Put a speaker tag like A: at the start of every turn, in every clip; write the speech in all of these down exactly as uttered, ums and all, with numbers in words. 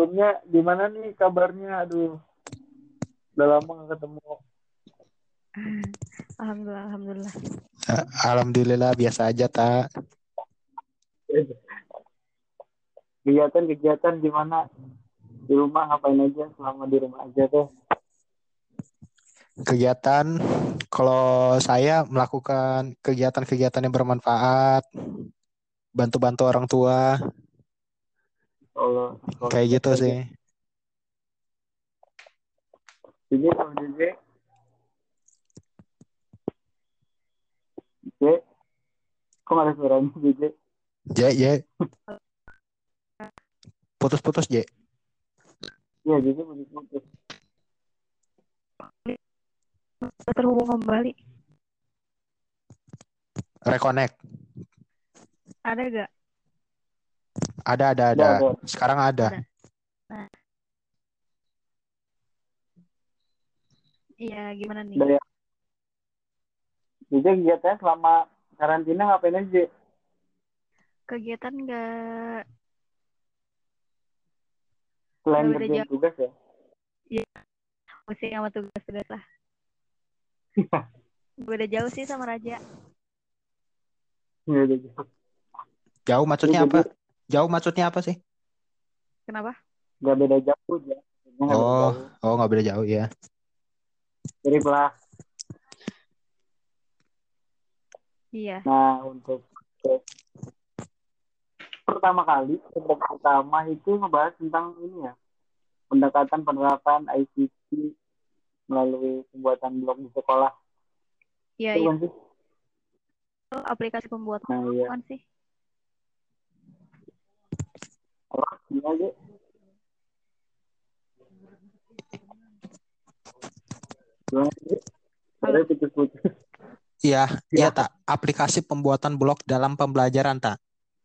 A: sebelumnya gimana nih kabarnya? Aduh, udah lama gak ketemu.
B: Alhamdulillah, alhamdulillah.
C: Alhamdulillah biasa aja tak.
A: Kegiatan-kegiatan gimana? Di rumah ngapain aja selama di rumah aja tuh?
C: Kegiatan kalau saya melakukan kegiatan-kegiatan yang bermanfaat, bantu-bantu orang tua,
A: Kalau kalau
C: kayak gitu
A: aja.
C: sih.
A: Jadi kalau J J, J, kok nggak ada suaranya J J?
C: J, J, putus-putus J.
A: Iya, J J putus-putus.
B: Terhubung kembali.
C: Reconnect.
B: Ada gak?
C: Ada, ada,
A: Ada,
C: ada.
A: ada.
C: Sekarang ada.
B: Ada. Nah, iya gimana nih?
A: Udah ya. J J kegiatannya selama karantina ngapain aja?
B: Kegiatan gak
A: Selain
B: gak beda
A: kerjaan
B: jauh.
A: tugas ya?
B: Iya, masih sama tugas-tugas lah. Beda jauh sih sama Raja.
A: Iya, udah jauh.
C: Jauh
A: Jadi
C: maksudnya apa? Jauh maksudnya apa sih?
B: Kenapa?
A: nggak beda jauh ya. Nggak beda
C: Oh,
A: jauh.
C: oh nggak beda jauh ya.
A: Mirip lah.
B: Iya.
A: Nah, untuk pertama kali, untuk pertama itu ngebahas tentang ini ya, pendekatan penerapan I C T melalui pembuatan blog di sekolah.
B: Iya,
A: Itu
B: iya.
A: kan sih?
B: Itu aplikasi pembuatan
A: Nah,
B: blog
A: iya.
B: kan sih?
A: Apa? Ini aja. Gimana sih?
B: Halo.
A: Ada putus-putus.
C: Iya, iya
A: Ya.
C: tak. Aplikasi pembuatan blog dalam pembelajaran tak.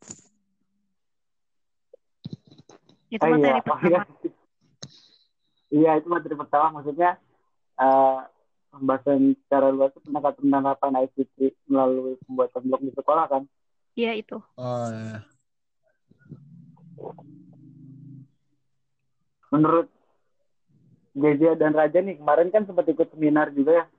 B: Itu
A: Oh iya,
B: materi
A: oh iya.
B: pertama.
A: Iya, itu materi pertama. Maksudnya, uh, pembahasan secara luas itu pendekatan penerapan I C T melalui pembuatan blog di sekolah kan.
B: Iya itu.
C: Oh iya.
A: Menurut J J dan Raja nih, kemarin kan sempat ikut seminar juga ya.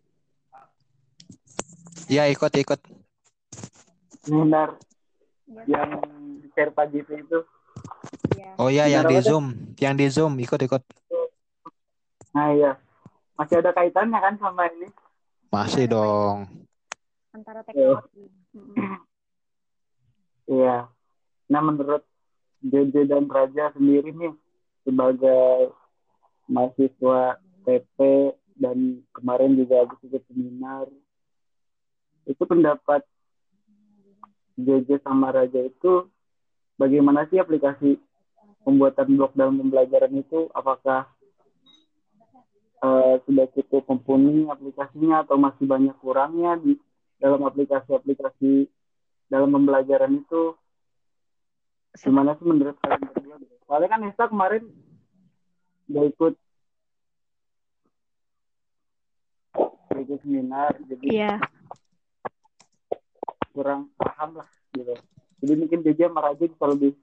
C: Iya ikut ikut.
A: Seminar
B: Iya.
A: yang share Pak J P itu.
B: Iya.
C: Oh iya yang
A: Seminar
C: di
A: apa tuh?
C: Zoom, yang di Zoom ikut ikut.
A: Nah iya, masih ada kaitannya kan sama ini?
C: Masih
B: Iya, ada kaitan
C: dong.
B: antara
A: Oh,
B: teknologi. Mm-mm.
A: iya. Nah menurut J J dan Raja sendiri nih, sebagai mahasiswa T P dan kemarin juga habis ikut seminar, itu pendapat J J sama Raja itu bagaimana sih aplikasi pembuatan blog dalam pembelajaran itu? Apakah uh, sudah cukup mumpuni aplikasinya atau masih banyak kurangnya di dalam aplikasi-aplikasi dalam pembelajaran itu? Gimana sih menurut kalian berdua? Soalnya kan Nesta kemarin udah ikut udah ikut seminar, jadi
B: Iya.
A: kurang paham lah gitu. Jadi mungkin J J sama Raja bisa lebih.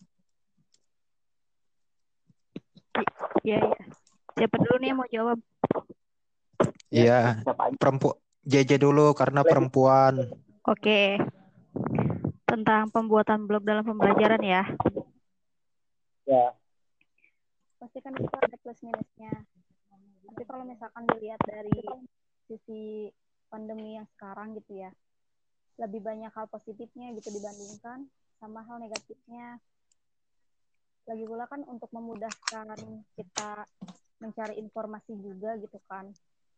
B: Iya, iya. Siapa dulu nih yang mau jawab?
A: Ya,
C: Iya,
A: siapa aja.
C: perempuan J J dulu karena perempuan.
B: Oke. Tentang pembuatan blog dalam pembelajaran ya.
A: Ya,
B: Pasti kan itu ada plus minusnya. Tapi kalau misalkan dilihat dari sisi pandemi yang sekarang gitu ya, lebih banyak hal positifnya gitu dibandingkan sama hal negatifnya. Lagi pula kan untuk memudahkan kita mencari informasi juga gitu kan.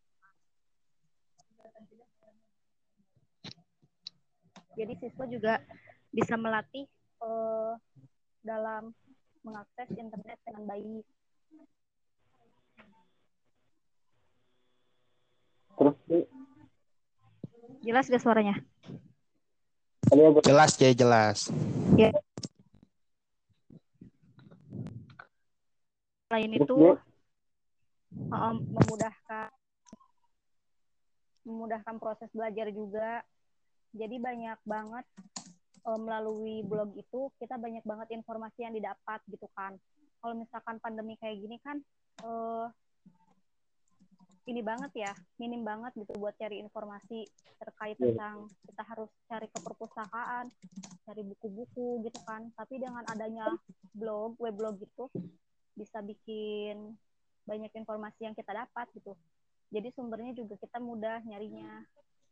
B: Jadi siswa juga bisa melatih uh, dalam mengakses internet dengan baik.
A: terus sih
B: Jelas gak suaranya?
A: tadi agak
C: Jelas J jelas.
B: Ya. Selain
A: terus
B: itu
A: dia
B: um, memudahkan memudahkan proses belajar juga. Jadi banyak banget um, melalui blog itu kita banyak banget informasi yang didapat gitu kan. kalau misalkan pandemi kayak gini kan eh, ini banget ya, minim banget gitu buat cari informasi terkait
A: Iya.
B: tentang kita harus cari ke perpustakaan, cari buku-buku gitu kan. Tapi dengan adanya blog, weblog gitu, bisa bikin banyak informasi yang kita dapat gitu. Jadi sumbernya juga kita mudah nyarinya.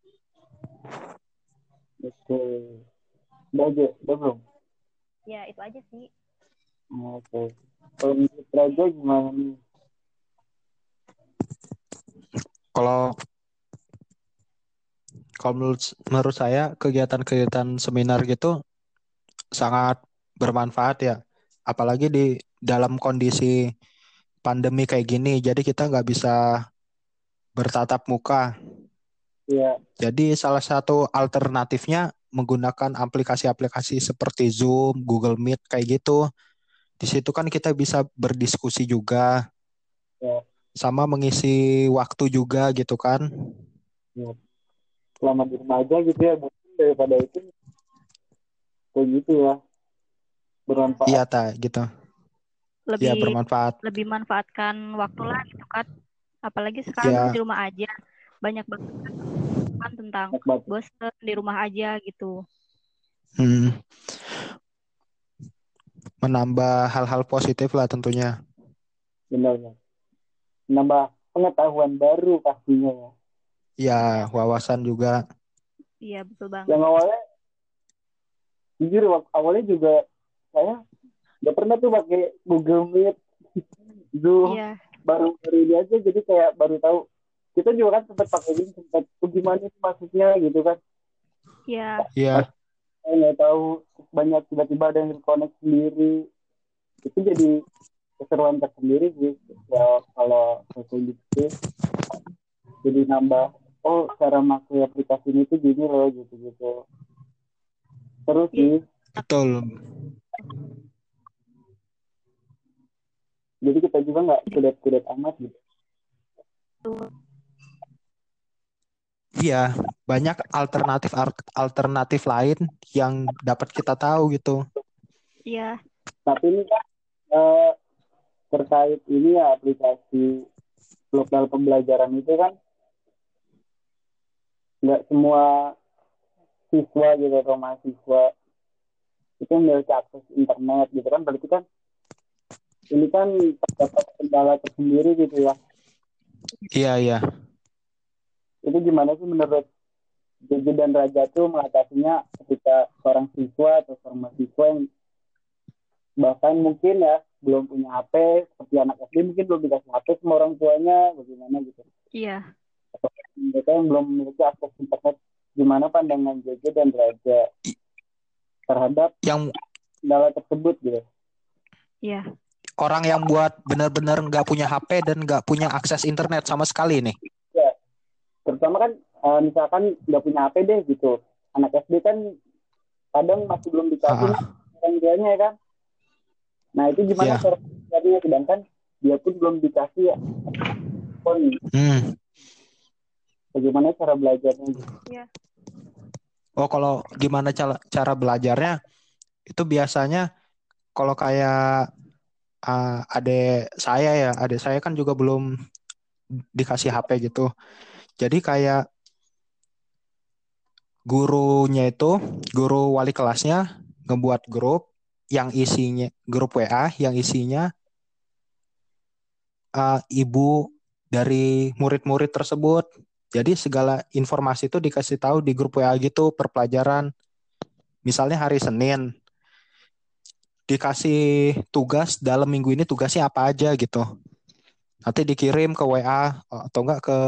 A: Oke. Udah aja, udah belum?
B: Ya itu aja sih.
A: Oke. Kalau menurut Raja gimana nih?
C: Kalau kalau menurut menurut saya kegiatan-kegiatan seminar gitu sangat bermanfaat ya. Apalagi di dalam kondisi pandemi kayak gini, jadi kita nggak bisa bertatap muka.
A: Iya,
C: Jadi salah satu alternatifnya menggunakan aplikasi-aplikasi seperti Zoom, Google Meet kayak gitu. Di situ kan kita bisa berdiskusi juga,
A: ya,
C: sama mengisi waktu juga gitu kan.
A: ya. Selama di rumah aja gitu ya, mungkin daripada itu kayak gitu ya,
C: Iya
A: bermanfaat.
C: ta gitu. Iya
B: Lebih
C: bermanfaat.
B: lebih manfaatkan waktu lah gitu kan. Apalagi sekarang kan di
C: Ya,
B: rumah aja. Banyak banget kan tentang
A: Enak banget.
B: bosen di rumah aja gitu.
C: hmm, menambah hal-hal positif lah tentunya.
A: Benar. Nambah pengetahuan baru pastinya ya.
C: Ya,
B: Iya,
C: wawasan juga.
B: iya betul banget.
A: Yang awalnya, jujur wak- awalnya juga saya nggak pernah tuh pakai Google Meet, Zoom,
B: Iya,
A: baru baru ini aja jadi kayak baru tahu. Kita juga kan sempat pakai ini, sempat "Oh, gimana sih maksudnya gitu kan.
B: iya,
A: Pas
C: Iya,
A: saya nggak tahu, banyak tiba-tiba ada yang connect sendiri. Itu jadi keseruan tersendiri sih. Ya, kalau kayak gitu jadi nambah, oh cara pakai aplikasi ini tuh gini loh gitu-gitu. Terus
B: iya.
A: sih,
C: betul.
A: jadi kita juga nggak kudet-kudet amat gitu.
C: Iya, banyak alternatif alternatif lain yang dapat kita tahu gitu.
B: Iya,
A: Tapi ini kan eh, terkait ini ya aplikasi lokal pembelajaran itu kan nggak semua siswa gitu atau mahasiswa itu memiliki akses internet gitu kan, berarti kan ini kan terdapat kendala tersendiri gitu ya.
C: Iya, iya.
A: Itu gimana sih menurut Jeje dan Raja tuh mengatasinya ketika seorang siswa atau seorang mahasiswa yang bahkan mungkin ya belum punya H P, seperti anak S D mungkin belum dikasih H P sama orang tuanya, bagaimana gitu.
B: iya.
A: Atau mereka yang belum memiliki akses internet, gimana pandangan Jeje dan Raja terhadap
C: Yang
A: kendala tersebut gitu.
B: Iya,
C: orang yang buat benar-benar nggak punya H P dan nggak punya akses internet sama sekali nih.
A: Ya, terutama kan uh, misalkan nggak punya H P deh gitu. Anak S D kan kadang masih belum dikasih nih
C: Ah,
A: orang tuanya ya kan. Nah itu gimana
C: ya.
A: cara belajarnya, sedangkan dia pun belum dikasih ya. Pun
C: Hmm.
A: bagaimana cara belajarnya gitu.
B: iya.
C: Oh, kalau gimana cara cara belajarnya itu biasanya kalau kayak ah, adik saya ya, adik saya kan juga belum dikasih H P gitu. Jadi kayak gurunya itu, guru wali kelasnya ngebuat grup yang isinya grup W A yang isinya uh, ibu dari murid-murid tersebut. Jadi segala informasi itu dikasih tahu di grup W A gitu per pelajaran. Misalnya hari Senin dikasih tugas dalam minggu ini tugasnya apa aja gitu. Nanti dikirim ke W A atau enggak ke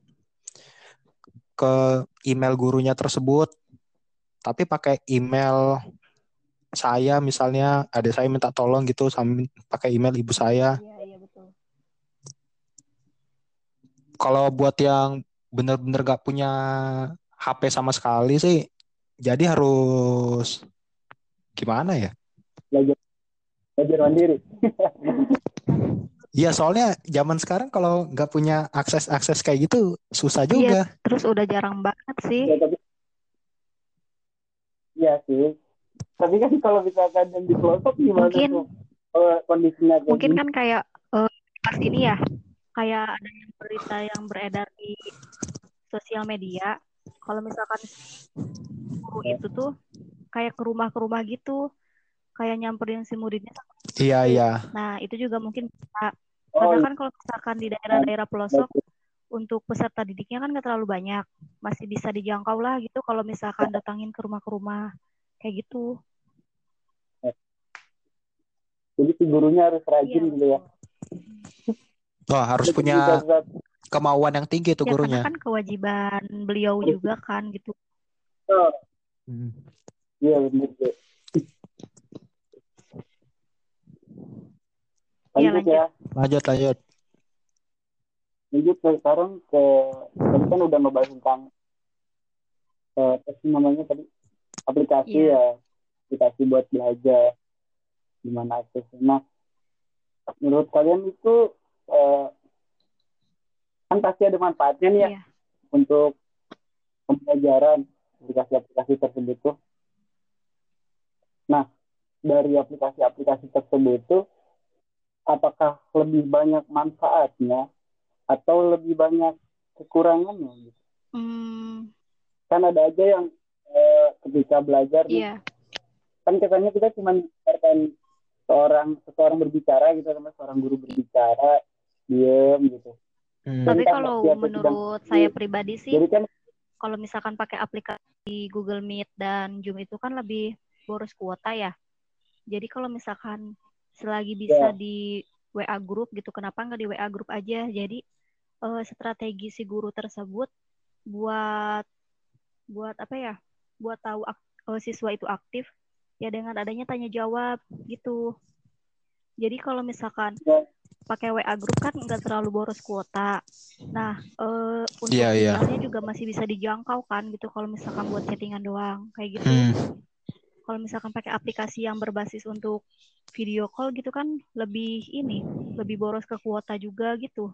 C: ke email gurunya tersebut. Tapi pakai email saya misalnya ada saya minta tolong gitu sama pakai email ibu saya.
B: Iya, iya betul.
C: Kalau buat yang bener-bener gak punya H P sama sekali sih, jadi harus gimana ya?
A: Belajar belajar mandiri.
C: Iya, soalnya zaman sekarang kalau nggak punya akses-akses kayak gitu susah
B: Iya,
C: juga.
B: terus udah jarang banget sih.
A: Ya, tapi ya sih. Tapi kan kalau misalkan yang di pelosok gimana
B: Mungkin
A: tuh? oh, kondisinya kayak
B: Mungkin
A: gini.
B: kan kayak eh, pas ini ya, kayak ada yang berita yang beredar di sosial media. Kalau misalkan guru itu tuh kayak ke rumah ke rumah gitu, kayak nyamperin si muridnya.
C: Iya, iya.
B: Nah, itu juga mungkin bisa.
A: Oh
B: Karena
A: iya,
B: kan kalau misalkan di daerah-daerah pelosok, untuk peserta didiknya kan nggak terlalu banyak. Masih bisa dijangkau lah gitu kalau misalkan datangin ke rumah ke rumah. Kayak gitu.
A: jadi si gurunya harus
B: Iya,
A: rajin gitu ya.
B: betul.
C: Wah, harus
A: Jadi
C: punya
A: satu-satu.
C: kemauan yang tinggi tuh
B: Ya, karena
C: gurunya.
B: kan kewajiban beliau juga kan gitu.
A: Oh,
C: Hmm.
A: iya benar tuh.
B: Iya,
A: Lanjut
B: lanjut.
A: ya.
C: Lanjut, lanjut.
A: Lanjut ke sekarang ke tadi kan udah ngebahas tentang eh, apa sih namanya tadi aplikasi
B: Iya,
A: ya, aplikasi buat belajar gimana aksesnya. Nah, menurut kalian itu eh, kan pasti ada manfaatnya nih ya
B: iya.
A: untuk pembelajaran aplikasi-aplikasi tersebut tuh. Nah, dari aplikasi-aplikasi tersebut tuh apakah lebih banyak manfaatnya atau lebih banyak kekurangannya gitu?
B: Hmm,
A: Kan ada aja yang eh, ketika belajar nih
B: iya.
A: kan katanya kita cuma mendengarkan seorang seseorang berbicara gitu sama seorang guru berbicara diem gitu.
C: Hmm.
A: Jadi
B: Tapi
A: kan
B: kalau
A: dia tuh sedang
B: menurut saya pribadi sih,
A: jadi kan
B: kalau misalkan pakai aplikasi Google Meet dan Zoom itu kan lebih boros kuota ya. Jadi kalau misalkan selagi bisa
A: ya
B: di W A group gitu, kenapa nggak di W A group aja? Jadi eh, strategi si guru tersebut buat buat apa ya? Buat tahu ak- eh, siswa itu aktif ya dengan adanya tanya jawab gitu. Jadi kalau misalkan
A: ya
B: pakai W A group kan nggak terlalu boros kuota. Nah, eh, untuk
C: Iya, iya.
B: sinyalnya juga masih bisa dijangkau kan gitu kalau misalkan buat chattingan doang kayak gitu.
C: Hmm.
B: Kalau misalkan pakai aplikasi yang berbasis untuk video call gitu kan lebih ini, lebih boros ke kuota juga gitu.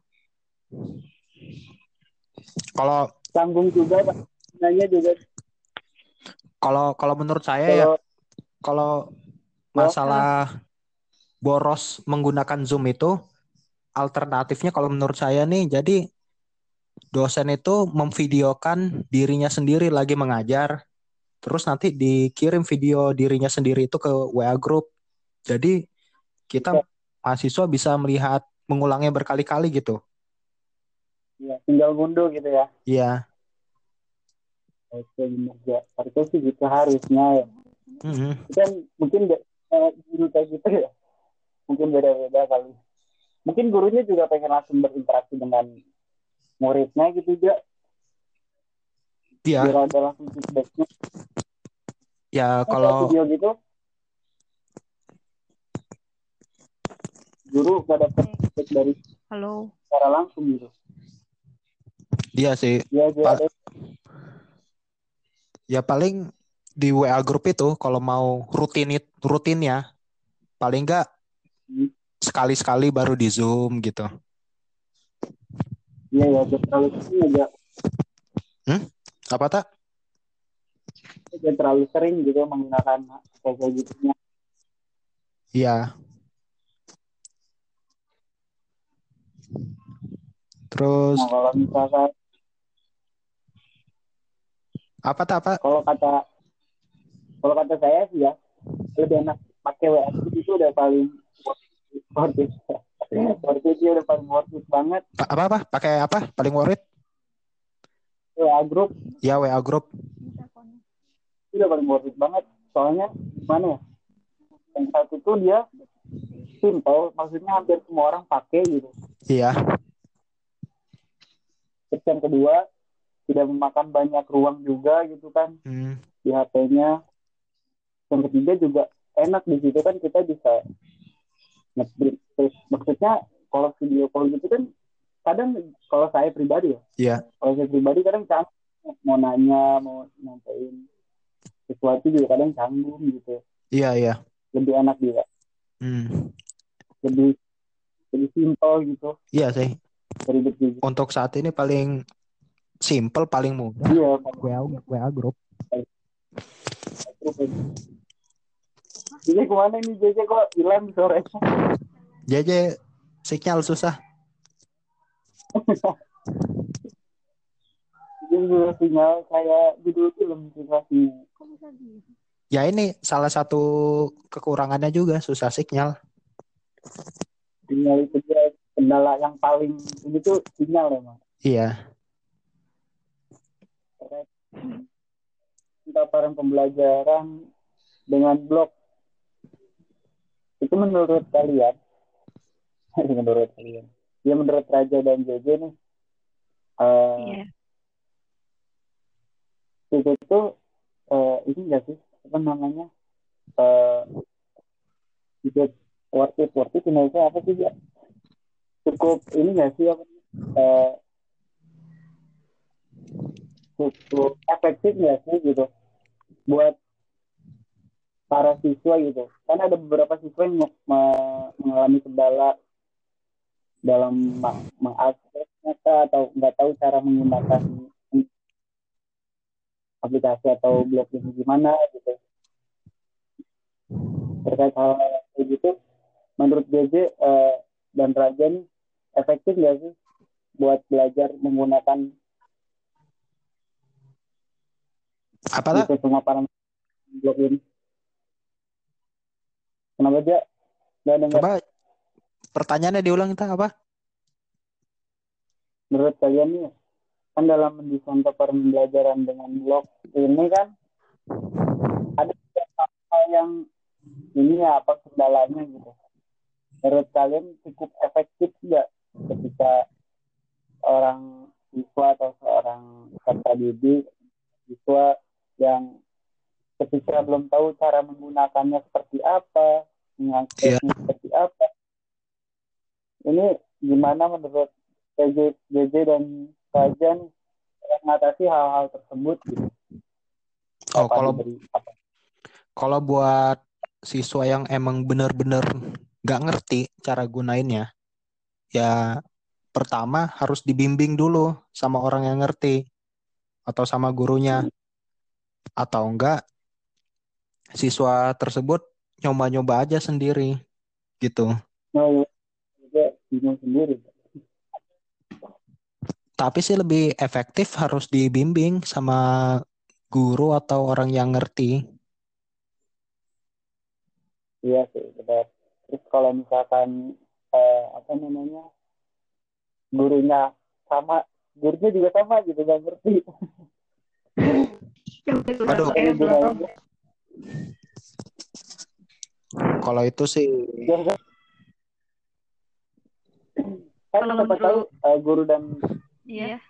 C: Kalau
A: canggung juga Pak. Nanya juga
C: kalau kalau menurut saya ya,
A: kalau
C: kalau
A: ya
C: masalah boros menggunakan Zoom itu alternatifnya kalau menurut saya nih, jadi dosen itu memvideokan dirinya sendiri lagi mengajar, terus nanti dikirim video dirinya sendiri itu ke W A group. Jadi kita
A: bisa
C: mahasiswa bisa melihat mengulangnya berkali-kali gitu.
A: ya, tinggal ngunduh gitu ya.
C: Iya.
A: Oke benar ya. Harusnya sih gitu harusnya ya.
C: Mhm.
A: Kan mungkin eh, guru kayak gitu ya. Mungkin beda-beda kali. Mungkin gurunya juga pengen langsung berinteraksi dengan muridnya gitu juga. Biar
C: Iya,
A: ada langsung feedbacknya.
C: ya
A: Nah, kayak
C: kalau
A: video gitu guru gak dapet feedback dari
B: Halo.
A: secara langsung gitu.
C: iya sih,
A: Ya dia
C: Pa-
A: ada
C: ya paling di W A group itu kalau mau rutin rutin ya, paling enggak sekali-sekali baru di Zoom gitu.
A: iya ya dia terlalu sering aja
C: Hmm? Apa tak?
A: dia terlalu sering gitu menggunakan kayak kayak gitunya.
C: Iya. Terus
A: Nah kalau misalkan
C: apa tak apa?
A: kalau kata kalau kata saya sih ya lebih enak pakai W A itu udah paling worth it. Worth it dia udah paling worth it banget.
C: Pa- Apa apa? Pakai apa? Paling worried?
A: W A group
C: Ya W A group.
A: itu udah paling worth it banget. Soalnya gimana ya? Yang satu itu dia simple, maksudnya hampir semua orang pakai gitu.
C: Iya.
A: Terus yang kedua tidak memakan banyak ruang juga gitu kan
C: Hmm.
A: di H P-nya. Yang ketiga juga enak di situ kan kita bisa nge-break. Maksudnya kalau video call gitu kan kadang kalau saya pribadi ya,
C: Iya.
A: kalau saya pribadi kadang canggung mau nanya, mau nyampein sesuatu juga kadang canggung gitu.
C: Iya, iya.
A: Lebih enak juga,
C: Hmm.
A: lebih lebih simpel gitu
C: Iya sih.
A: dari juga.
C: Untuk saat ini paling simple, paling mudah
A: Iya,
C: W A W A group.
A: terus J J kemana nih J J kok hilang sorenya?
C: J J sinyal susah.
A: Jadi sinyal kayak judul film situasinya.
B: Kok bisa gitu?
C: Ya ini salah satu kekurangannya juga susah sinyal.
A: Sinyal itu dia kendala yang paling ini tuh sinyal emang.
C: Iya.
A: Paparan pembelajaran dengan blog itu menurut kalian, menurut kalian, ya menurut Raja dan J J nih, uh,
B: Iya.
A: itu tuh uh, ini nggak sih apa namanya uh, hidup worth it worth it Indonesia apa sih ya, cukup ini nggak sih apa uh, cukup efektif nggak sih gitu buat para siswa gitu, kan ada beberapa siswa yang me- mengalami kendala dalam mengaksesnya atau nggak tahu cara menggunakan aplikasi atau blog ini gimana gitu. Terkait hal kayak gitu, menurut J J uh, dan Raja nih efektif nggak sih buat belajar menggunakan
C: Apa
A: itu
C: tuh?
A: semua para blog ini? Kenapa dia nggak dengar?
C: Coba pertanyaannya diulang kita apa?
A: Menurut kalian nih kan dalam mendesain paparan pembelajaran dengan blog ini kan ada hal yang ini ya apa kendalanya gitu. Menurut kalian cukup efektif nggak ketika orang siswa atau seorang peserta didik siswa yang ketika belum tahu cara menggunakannya seperti apa,
C: Iya.
A: mengaksesnya seperti apa, ini gimana menurut J J, J J dan Fajan mengatasi hal-hal tersebut gitu?
C: Oh,
A: Apa
C: kalau
A: diberi apa?
C: kalau buat siswa yang emang bener-bener nggak ngerti cara gunainnya, ya pertama harus dibimbing dulu sama orang yang ngerti atau sama gurunya, atau enggak siswa tersebut nyoba-nyoba aja sendiri gitu.
A: Nah, juga bingung sendiri.
C: Tapi sih lebih efektif harus dibimbing sama guru atau orang yang ngerti.
A: Iya sih, benar. Terus kalau misalkan eh, apa namanya gurunya sama, gurunya juga sama gitu nggak ngerti.
C: Waduh,
A: Cara gunain
C: kalau itu sih
A: kan
B: Kalau
A: siapa tahu
B: menurut
A: uh, guru dan
B: iya,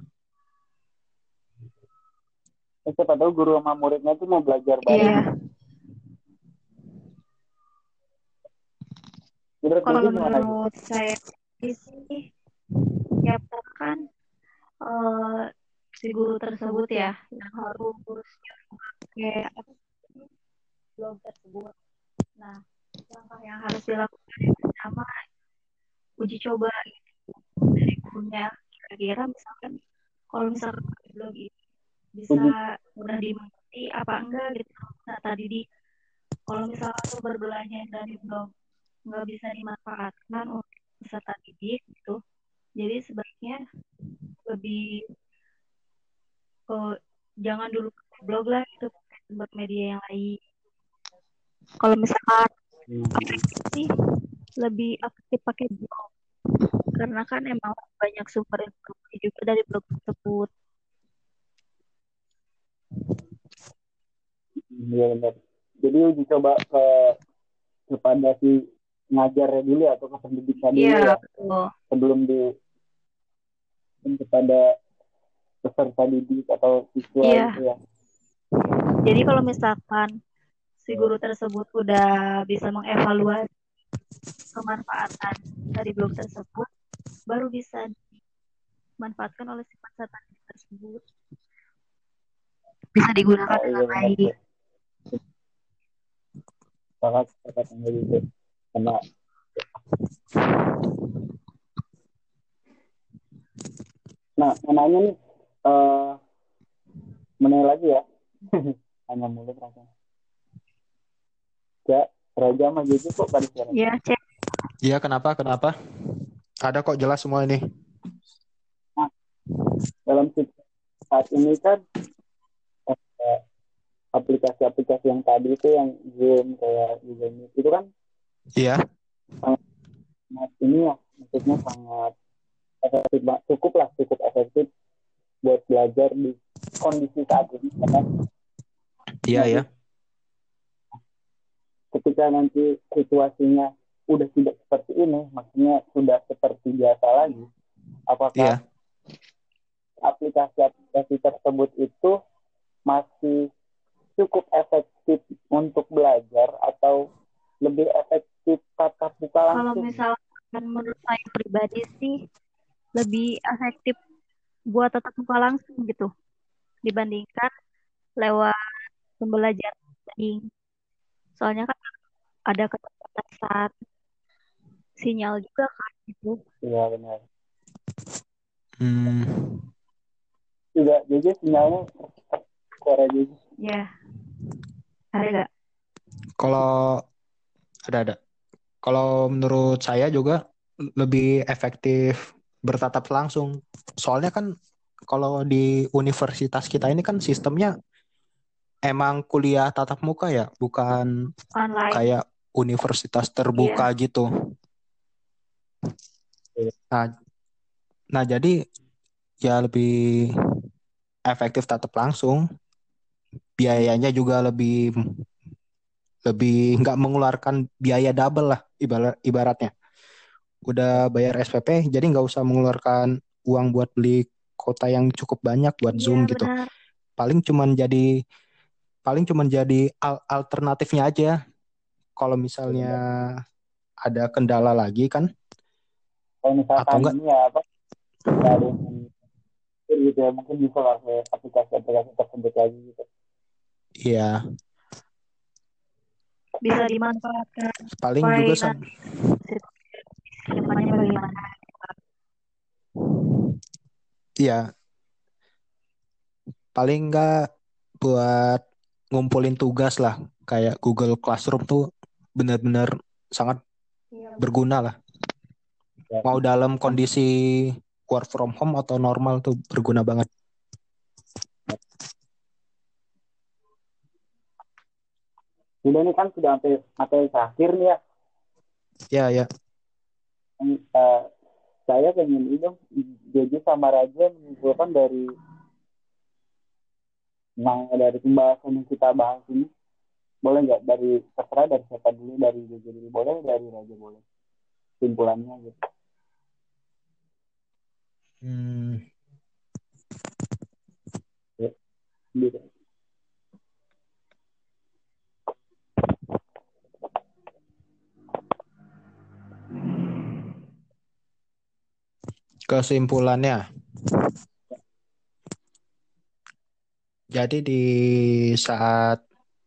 A: eh, siapa tahu guru sama muridnya tuh mau belajar bareng.
B: iya.
A: Menurut
B: Kalau
A: Bibi gimana gitu?
B: menurut saya sih, ya kan eh, si guru tersebut ya yang harus kayak apa sih, blog tersebut. Nah, langkah yang harus dilakukan yang pertama uji coba dari gurunya. Kira-kira misalkan kalau misalkan pakai blog ini bisa
A: Uji,
B: mudah dimengerti apa enggak gitu. Nah, tadi di kalau misalkan sumber belajar dari blog nggak bisa dimanfaatkan untuk peserta didik gitu, jadi sebaiknya lebih ke jangan dulu pakai blog lah gitu, pakai sumber media yang lain. Kalau misalkan sih lebih aktif pakai blog karena kan emang banyak sumber informasi juga dari blog tersebut.
A: ya benar. Jadi uji coba ke kepada si ngajarnya dulu atau ke pendidiknya dulu
B: Iya,
A: ya
B: betul.
A: sebelum di kepada peserta didik atau siswa
B: Iya.
A: gitu ya.
B: Jadi kalau misalkan si guru tersebut udah bisa mengevaluasi kemanfaatan dari blog tersebut, baru bisa dimanfaatkan oleh si peserta didik tersebut. Bisa digunakan
A: Oh
B: dengan
A: iya benar
B: baik.
A: tuh. Sangat perkataan gitu. Karena nah, mau nanya nih uh, menanya lagi ya. Hanya mulut rasanya. Ya, Raja sama Jojo kok pada siaran?
B: Iya, cek.
C: Iya, kenapa? Kenapa? Ada kok jelas semua ini.
A: Nah, dalam situasi saat ini kan eh, aplikasi-aplikasi yang tadi itu yang Zoom kayak Google Meet itu kan
C: Iya,
A: sangat ini ya, maksudnya sangat efektif, Mbak. cukup lah, cukup efektif buat belajar di kondisi saat ini. Karena
C: iya ya.
A: ketika nanti situasinya udah tidak seperti ini, maksudnya sudah seperti biasa lagi, apakah
C: Iya.
A: aplikasi-aplikasi tersebut itu masih cukup efektif untuk belajar atau lebih efektif tatap muka
B: Kalau
A: langsung?
B: misalkan menurut saya pribadi sih lebih efektif buat tatap muka langsung gitu dibandingkan lewat pembelajaran daring. Soalnya kan ada keterbatasan sinyal juga kan gitu.
A: Iya benar.
C: Hmm,
A: Juga jadi sinyalnya suara jadi.
B: Ya, ada gak?
C: kalau ada ada. Kalau menurut saya juga lebih efektif bertatap langsung. Soalnya kan kalau di universitas kita ini kan sistemnya emang kuliah tatap muka ya, bukan
B: Online.
C: kayak universitas terbuka
B: Iya.
C: gitu. Nah, nah jadi ya lebih efektif tatap langsung. Biayanya juga lebih lebih nggak mengeluarkan biaya double lah ibarat ibaratnya. Udah bayar S P P, jadi nggak usah mengeluarkan uang buat beli kota yang cukup banyak buat
B: Iya,
C: Zoom gitu.
B: benar.
C: Paling cuman jadi paling cuman jadi al- alternatifnya aja. Kalau misalnya ada kendala lagi kan,
A: Kalau
C: atau
A: misalkan
C: enggak?
A: ini ya apa, nggak ada yang gitu ya, mungkin bisa lah ke aplikasi-aplikasi tersebut lagi gitu.
C: Iya,
B: Bisa dimanfaatkan
C: paling
B: supaya
C: juga sam-
B: nanti depannya bagaimana.
C: ya paling enggak buat ngumpulin tugas lah. Kayak Google Classroom tuh benar-benar sangat
B: Iya,
C: berguna lah.
A: Ya.
C: Mau dalam kondisi work from home atau normal tuh berguna banget.
A: Udah ini kan sudah sampai materi terakhir nih ya.
C: Ya, ya.
A: Uh, saya pengen ini dong, Jojo sama Raja menyimpulkan dari nah, dari pembahasan yang kita bahas ini. Boleh nggak dari terserah dari siapa dulu, dari Jojo dulu boleh, dari Raja boleh. Simpulannya gitu.
C: Hmm,
A: Ya, gitu.
C: kesimpulannya. Jadi di saat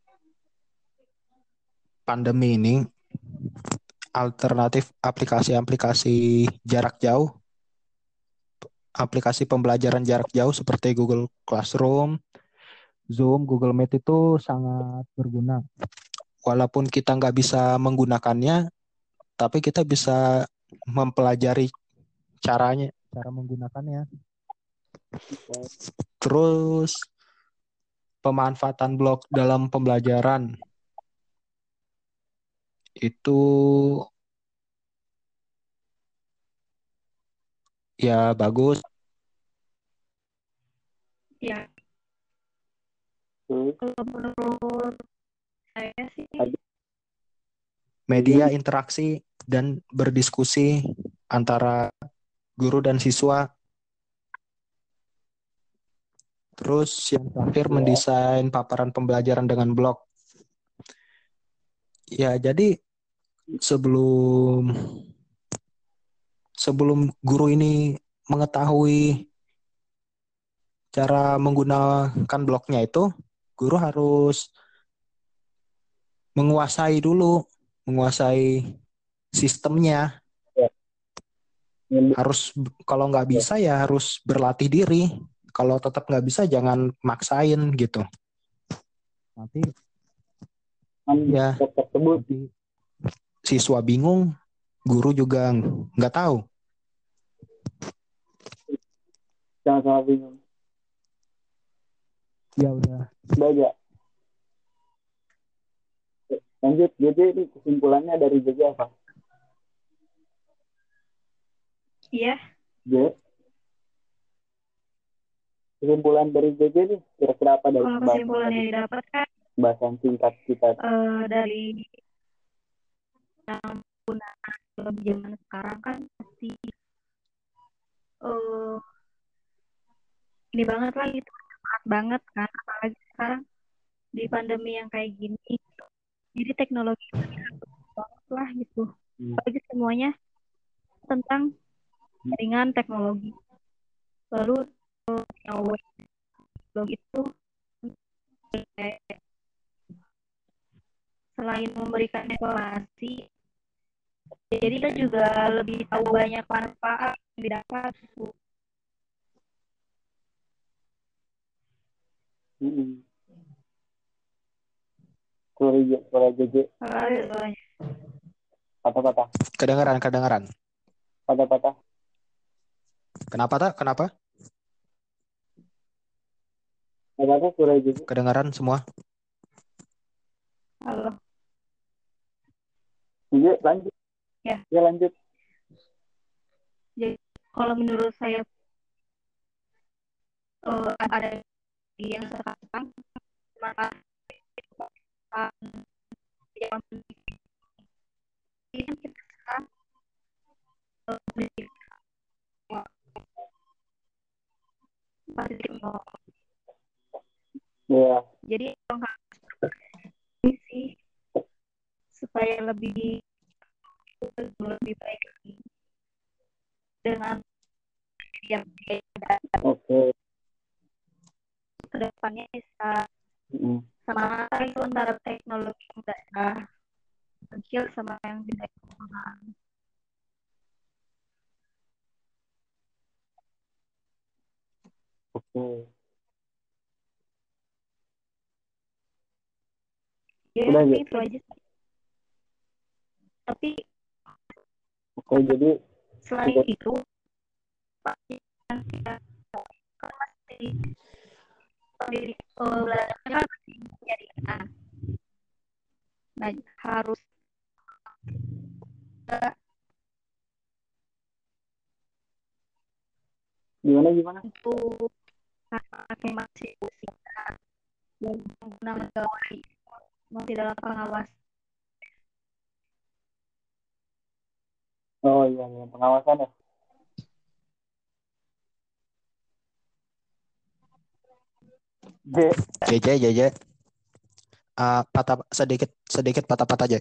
C: pandemi ini, alternatif aplikasi-aplikasi jarak jauh, aplikasi pembelajaran jarak jauh seperti Google Classroom, Zoom, Google Meet itu sangat berguna. Walaupun kita nggak bisa menggunakannya, tapi kita bisa mempelajari caranya, cara menggunakannya. Terus pemanfaatan blog dalam pembelajaran itu ya bagus.
B: Iya.
A: Terus,
B: Kalau menurut saya sih
C: Media interaksi dan berdiskusi antara guru dan siswa. Terus yang terakhir
A: ya,
C: mendesain paparan pembelajaran dengan blog. Ya, jadi sebelum sebelum guru ini mengetahui cara menggunakan blognya itu, guru harus menguasai dulu, menguasai sistemnya.
A: ya. Ini,
C: Harus kalau nggak
A: ya.
C: bisa ya harus berlatih diri. Kalau tetap nggak bisa jangan maksain gitu. Nanti
A: Kan
C: ya
A: blog tersebut
C: nanti siswa bingung, guru juga nggak tahu.
A: Sama-sama bingung.
C: Ya udah.
A: Udah aja. Lanjut, jadi ini kesimpulannya dari J J apa?
B: Iya.
A: J, kesimpulan dari J J nih kira-kira apa dari
B: Kalau kesimpulan yang didapatkan
A: bahasan singkat kita?
B: uh, dari yang penggunaan teknologi zaman sekarang kan pasti uh, ini banget lah gitu, sangat banget kan, apalagi sekarang di pandemi yang kayak gini, jadi teknologi banget lah gitu, apalagi semuanya tentang jaringan teknologi. Lalu yang web itu selain memberikan informasi, jadi kita juga lebih tahu banyak manfaat yang didapat.
A: Mm-hmm. Suara suara J J. Patah-patah.
C: Kedengaran, kedengaran.
A: Patah-patah.
C: Kenapa tak? Kenapa?
A: Patah-patah suara J J.
C: Kedengaran semua.
B: Halo.
A: J J lanjut.
B: Ya.
A: Ya lanjut.
B: Jadi kalau menurut saya uh, ada yang sekarang maka yang ini kita sekarang
A: ya.
B: Jadi ini sih supaya lebih lebih baik dengan yang
A: Oke.
B: Kedepannya bisa
A: mm.
B: sama itu antara teknologi yang daerah kecil sama yang di daerah.
A: Oke.
B: Ya,
A: udah
B: itu
A: gitu
B: aja. Tapi
A: oke jadi
B: selain
A: oke.
B: itu pasti kan masih belajarnya kan masih menjadikan. Nah, harus
A: gimana gimana
B: untuk anak yang masih usia dan pengguna gawai masih dalam pengawas.
A: oh iya iya pengawasan ya. J
C: J J J J. Uh, patah sedikit sedikit patah-patah aja.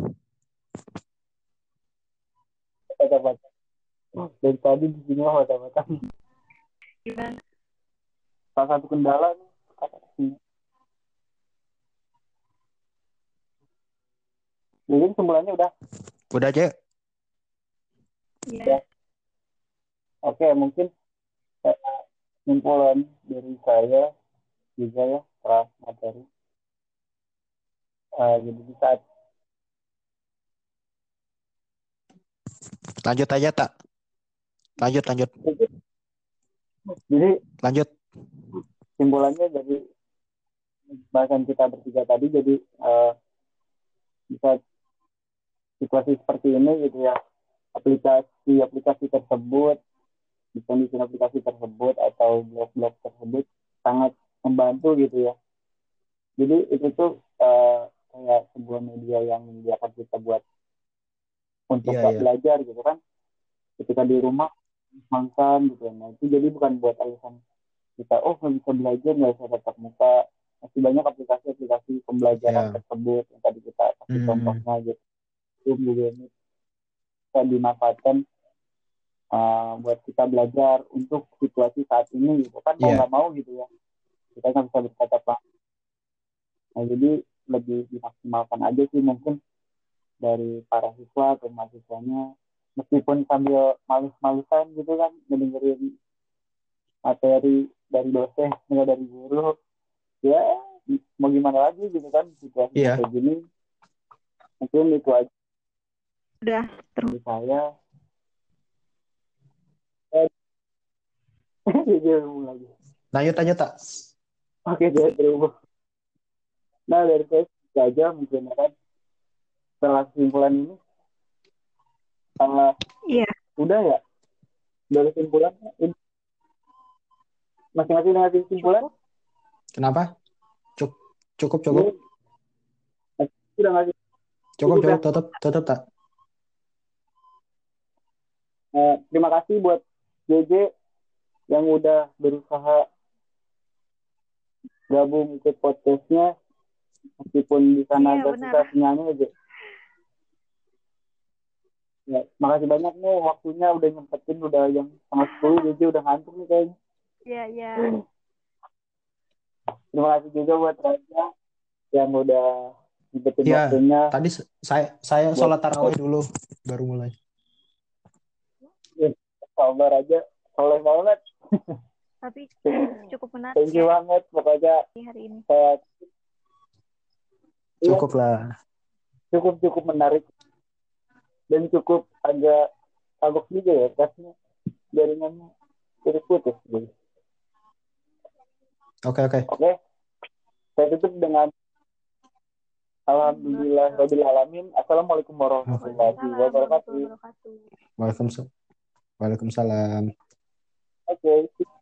A: patah-patah. Dari tadi di sini patah-patah.
B: Gimana?
A: Salah satu kendala nih. Jadi kesimpulannya udah.
C: Udah aja.
B: Iya.
A: Ya. Oke mungkin kesimpulan dari saya juga ya setelah materi. Uh, jadi di saat
C: Lanjut aja tak. Lanjut lanjut.
A: Jadi
C: lanjut.
A: Kesimpulannya dari bahasan kita bertiga tadi jadi uh, bisa situasi seperti ini gitu ya, aplikasi-aplikasi tersebut, desain aplikasi tersebut atau blog-blog tersebut sangat membantu gitu ya. Jadi itu tuh uh, kayak sebuah media yang menyediakan kita buat untuk
C: Iya,
A: gak
C: iya.
A: belajar gitu kan. Ketika di rumah makan gitu. Nah itu jadi bukan buat alasan kita oh nggak bisa belajar nggak bisa tatap muka. Masih banyak aplikasi-aplikasi pembelajaran
C: Iya.
A: tersebut yang tadi kita kasih
C: Hmm.
A: contohnya gitu. Zoom juga ini bisa dimanfaatkan uh, buat kita belajar untuk situasi saat ini gitu kan mau
C: Iya.
A: nggak mau gitu ya kita nggak bisa bertatap langsung. Nah jadi lebih dimaksimalkan aja sih mungkin dari para siswa atau mahasiswanya meskipun sambil malus-malusan gitu kan ngedengerin materi dari dosen nggak dari guru ya mau gimana lagi gitu kan situasinya
C: Iya.
A: kayak gini mungkin itu aja
B: Udah terus.
A: Dari saya eh, dia ngomong lagi.
C: Lanjut aja tak.
A: Oke, dia terhubung. Nah, dari saya itu aja mungkin kan setelah kesimpulan ini uh,
B: Iya.
A: udah ya dari kesimpulan masing-masing dengan kesimpulan.
B: Cukup.
C: Kenapa? Cukup, cukup,
A: Ini
C: cukup.
A: udah ngasih
C: Cukup,
A: cukup ya.
C: cukup, tutup, tutup tak.
A: Uh, terima kasih buat J J yang udah berusaha gabung ke podcastnya meskipun di sana
B: Iya,
A: agak
B: benar.
A: susah sinyalnya aja. Ya, makasih banyak nih waktunya udah nyempetin udah jam setengah sepuluh J J udah ngantuk nih kayaknya.
B: Iya, iya.
A: Terima kasih juga buat Raja yang udah nyempetin
C: Ya,
A: waktunya.
C: tadi s- saya saya
A: Buat
C: sholat tarawih dulu baru mulai.
A: ya, sabar aja soleh banget.
B: Tapi cukup menarik
A: Thank you
B: ya
A: banget pokoknya
B: hari ini.
A: saya iya,
C: Cukup lah.
A: cukup cukup menarik dan cukup agak agak juga ya kasnya jaringannya putus-putus.
C: Oke, oke.
A: Oke, saya tutup dengan Alhamdulillah Rabbil Alamin. Assalamualaikum warahmatullahi
B: Waalaikumsalam warahmatullahi
A: wabarakatuh.
B: wabarakatuh.
C: Waalaikumsalam. Waalaikumsalam.
A: Oke.